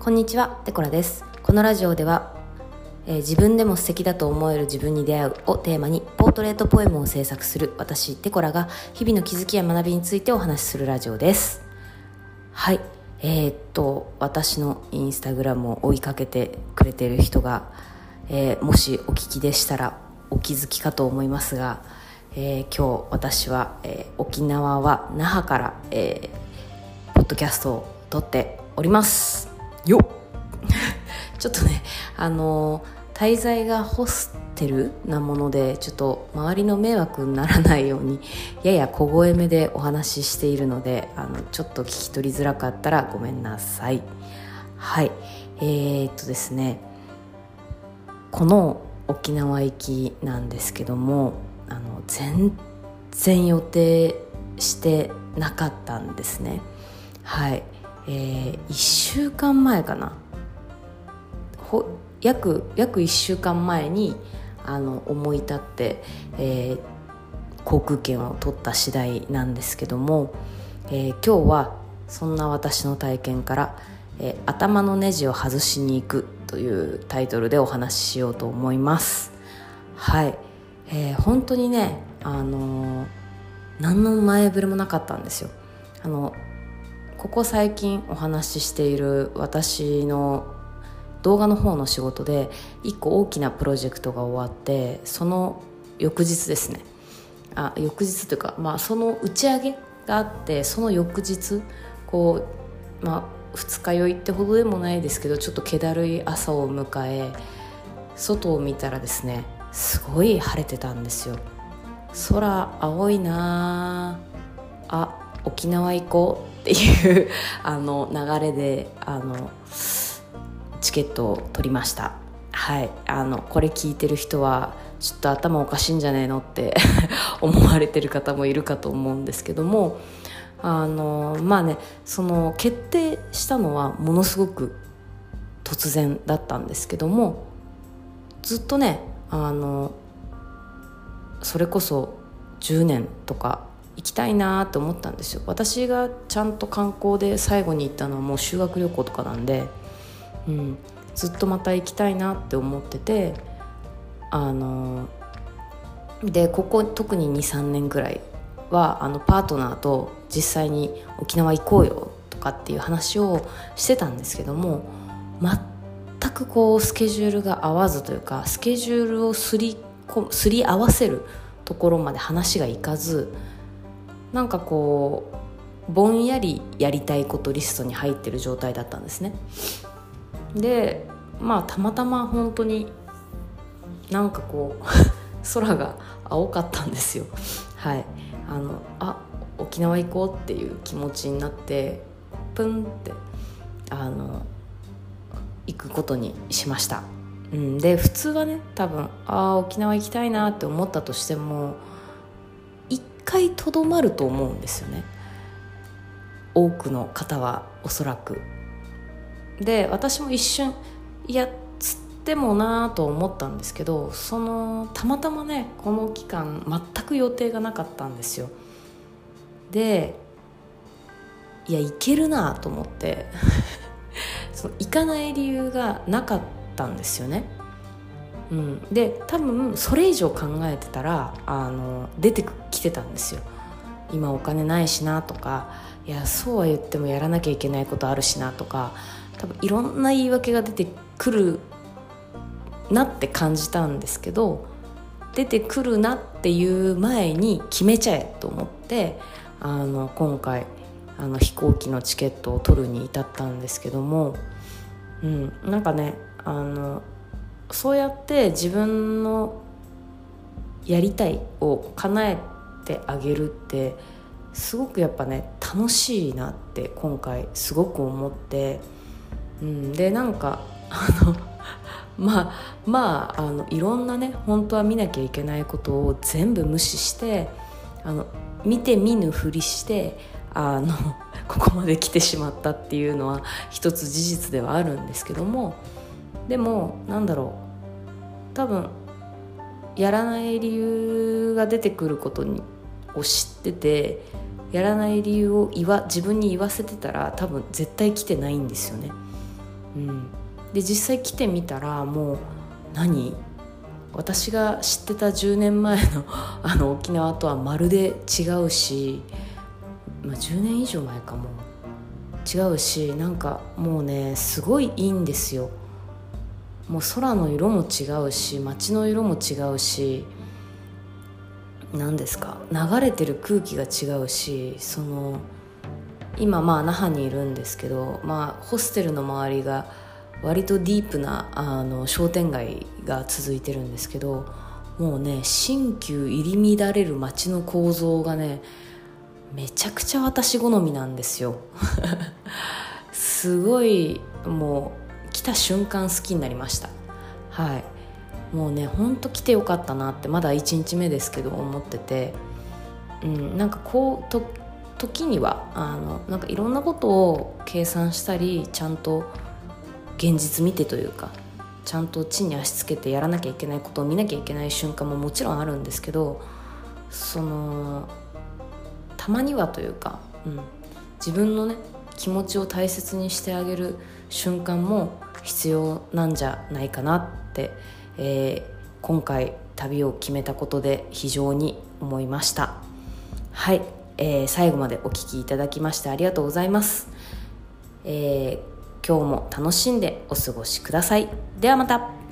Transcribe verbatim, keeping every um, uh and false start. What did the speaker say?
こんにちは、テコラです。このラジオでは、えー、自分でも素敵だと思える自分に出会うをテーマにポートレートポエムを制作する私テコラが日々の気づきや学びについてお話しするラジオです。はい、えー、っと私のインスタグラムを追いかけてくれている人が、えー、もしお聞きでしたらお気づきかと思いますが、えー、今日私は、えー、沖縄は那覇から、えー、ポッドキャストを撮っておりますよちょっとねあの滞在がホステルなものでちょっと周りの迷惑にならないようにやや小声めでお話ししているので、あのちょっと聞き取りづらかったらごめんなさい。はい、えー、っとですねこの沖縄行きなんですけども、あの全然予定してなかったんですね。はい、えー、いっしゅうかんまえかな、ほ約約いっしゅうかんまえにあの思い立って、えー、航空券を取った次第なんですけども、えー、今日はそんな私の体験から、えー、頭のネジを外しに行くというタイトルでお話ししようと思います。はい、えー、本当にね、あのー、何の前触れもなかったんですよ。あのここ最近お話ししている私の動画の方の仕事で一個大きなプロジェクトが終わって、その翌日ですねあ翌日というか、まあ、その打ち上げがあって、その翌日こう、まあ、二日酔いってほどでもないですけどちょっと気だるい朝を迎え、外を見たらですねすごい晴れてたんですよ。空青いなあ、沖縄行こうっていうあの流れであのチケットを取りました。はい、あのこれ聞いてる人はちょっと頭おかしいんじゃねえのって思われてる方もいるかと思うんですけども、あのまあねその決定したのはものすごく突然だったんですけども、ずっとねあのそれこそじゅうねんとか行きたいなと思ったんですよ。私がちゃんと観光で最後に行ったのはもう修学旅行とかなんで、うん、ずっとまた行きたいなって思ってて、あのでここ特に にさんねんぐらいはあのパートナーと実際に沖縄行こうよとかっていう話をしてたんですけども、全くこうスケジュールが合わずというか、スケジュールをすりこすり合わせるところまで話がいかず、なんかこうぼんやりやりたいことリストに入ってる状態だったんですね。でまあたまたま本当になんかこう空が青かったんですよ。はい、あのあ沖縄行こうっていう気持ちになってプンってあの行くことにしました。うん、で普通はね多分あ沖縄行きたいなって思ったとしても一回とどまると思うんですよね、多くの方はおそらく。で私も一瞬いやつってもなと思ったんですけど、そのたまたまねこの期間全く予定がなかったんですよ。でいや行けるなと思ってその行かない理由がなかったんですよね。うん、で多分それ以上考えてたらあの出てきてたんですよ。今お金ないしなとか、いやそうは言ってもやらなきゃいけないことあるしなとか、多分いろんな言い訳が出てくるなって感じたんですけど、出てくるなっていう前に決めちゃえと思って、あの今回あの飛行機のチケットを取るに至ったんですけども、うん、なんかねあのそうやって自分のやりたいを叶えてあげるってすごくやっぱね楽しいなって今回すごく思って、うん、でなんかあのまあまああのいろんなね本当は見なきゃいけないことを全部無視してあの見て見ぬふりしてあのここまで来てしまったっていうのは一つ事実ではあるんですけども、でもなんだろう、多分やらない理由が出てくることにを知ってて、やらない理由を言わ自分に言わせてたら多分絶対来てないんですよね。 うん、で実際来てみたらもう何私が知ってたじゅうねんまえのあの沖縄とはまるで違うし、まあ、じゅうねん以上前かも違うし、なんかもうねすごいいいんですよ。もう空の色も違うし街の色も違うし、何ですか流れてる空気が違うし、その今まあ那覇にいるんですけど、まあ、ホステルの周りが割とディープなあの商店街が続いてるんですけど、もうね新旧入り乱れる街の構造がねめちゃくちゃ私好みなんですよすごいもう来た瞬間好きになりました。はい、もうねほんと来てよかったなってまだいちにちめですけど思ってて、うん、なんかこうと時にはあのなんかいろんなことを計算したりちゃんと現実見てというかちゃんと地に足つけてやらなきゃいけないことを見なきゃいけない瞬間ももちろんあるんですけど、そのたまにはというか、うん、自分のね気持ちを大切にしてあげる瞬間も必要なんじゃないかなって、えー、今回旅を決めたことで非常に思いました。はい、えー、最後までお聞きいただきましてありがとうございます。えー、今日も楽しんでお過ごしください。ではまた。